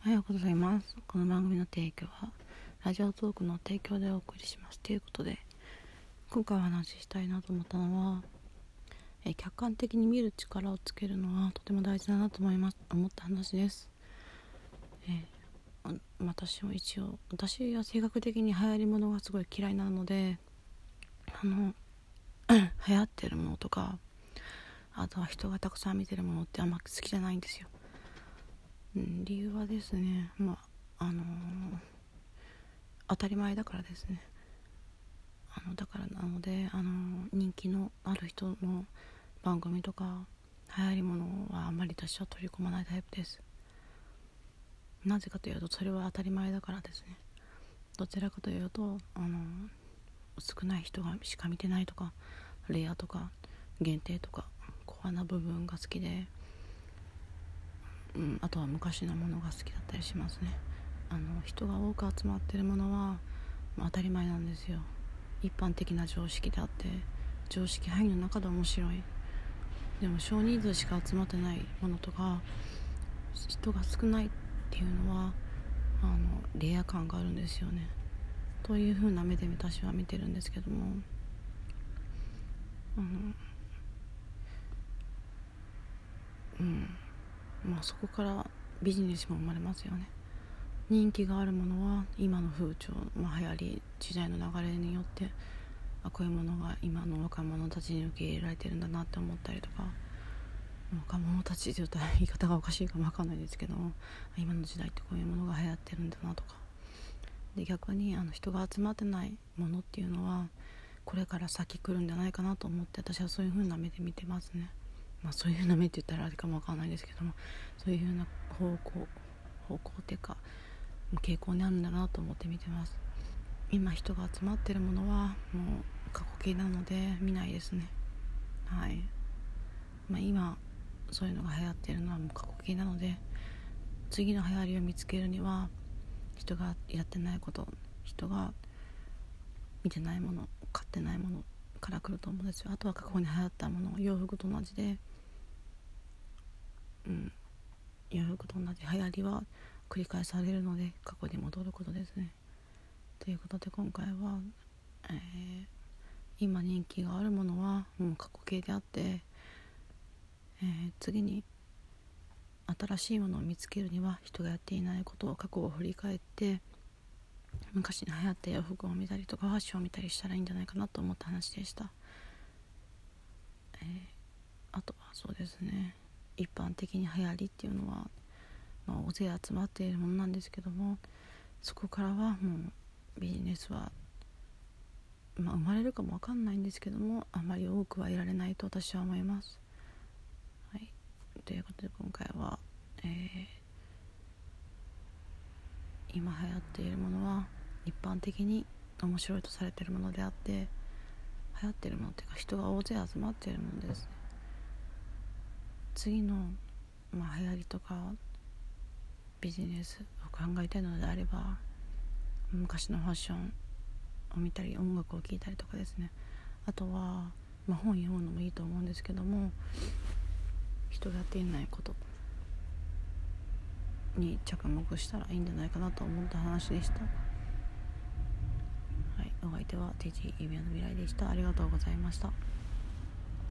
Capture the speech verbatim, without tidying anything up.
おはようございます。この番組の提供はラジオトークの提供でお送りしますということで、今回お話ししたいなと思ったのは、え客観的に見る力をつけるのはとても大事だなと思います思った話です。えー、私も一応私は性格的に流行りものがすごい嫌いなので、あの流行ってるものとか、あとは人がたくさん見てるものってあんま好きじゃないんですよ。うん、理由はですね、まああのー、当たり前だからですね。あのだからなので、あのー、人気のある人の番組とか流行りものはあんまり私は取り込まないタイプです。なぜかというと、それは当たり前だからですね。どちらかというと、あのー、少ない人がしか見てないとか、レアとか限定とかコアな部分が好きで、うん、あとは昔のものが好きだったりしますね。あの人が多く集まってるものは、まあ、当たり前なんですよ。一般的な常識であって、常識範囲の中で面白い。でも少人数しか集まってないものとか、人が少ないっていうのはあのレア感があるんですよね。という風な目で私は見てるんですけども、あのうんまあそこからビジネスも生まれますよね。人気があるものは今の風潮、まあ、流行り時代の流れによって、あこういうものが今の若者たちに受け入れられてるんだなって思ったりとか、若者たちというと言い方がおかしいかもわかんないですけども、今の時代ってこういうものが流行ってるんだなとかで、逆にあの人が集まってないものっていうのはこれから先来るんじゃないかなと思って、私はそういう風な目で見てますね。まあそういう風な目って言ったらあれかもわかんないですけども、そういう風な方向方向っていうか傾向にあるんだなと思って見てます。今人が集まってるものはもう過去形なので見ないですね。はい、まあ、今そういうのが流行ってるのはもう過去形なので、次の流行りを見つけるには人がやってないこと、人が見てないもの、買ってないものから来ると思うんですよ。あとは過去に流行ったもの、洋服と同じで、うん洋服と同じ流行りは繰り返されるので、過去に戻ることですね。ということで今回は、えー、今人気があるものはもう過去形であって、えー、次に新しいものを見つけるには人がやっていないことを過去を振り返って、昔に流行った洋服を見たりとかファッションを見たりしたらいいんじゃないかなと思った話でした。えー、あとはそうですね、一般的に流行りっていうのは、まあ、大勢集まっているものなんですけども、そこからはもうビジネスは、まあ、生まれるかもわかんないんですけども、あまり多くはいられないと私は思います。はい、ということで今回は、えー、今流行っているものは一般的に面白いとされているものであって、流行っているものっていうか人が大勢集まっているものですね。次の、まあ、流行りとかビジネスを考えたいのであれば、昔のファッションを見たり音楽を聴いたりとかですね。あとは、まあ、本読むのもいいと思うんですけども、人がやっていないことに着目したらいいんじゃないかなと思った話でした。はい、お相手は ティージー 指輪の未来でした。ありがとうございました。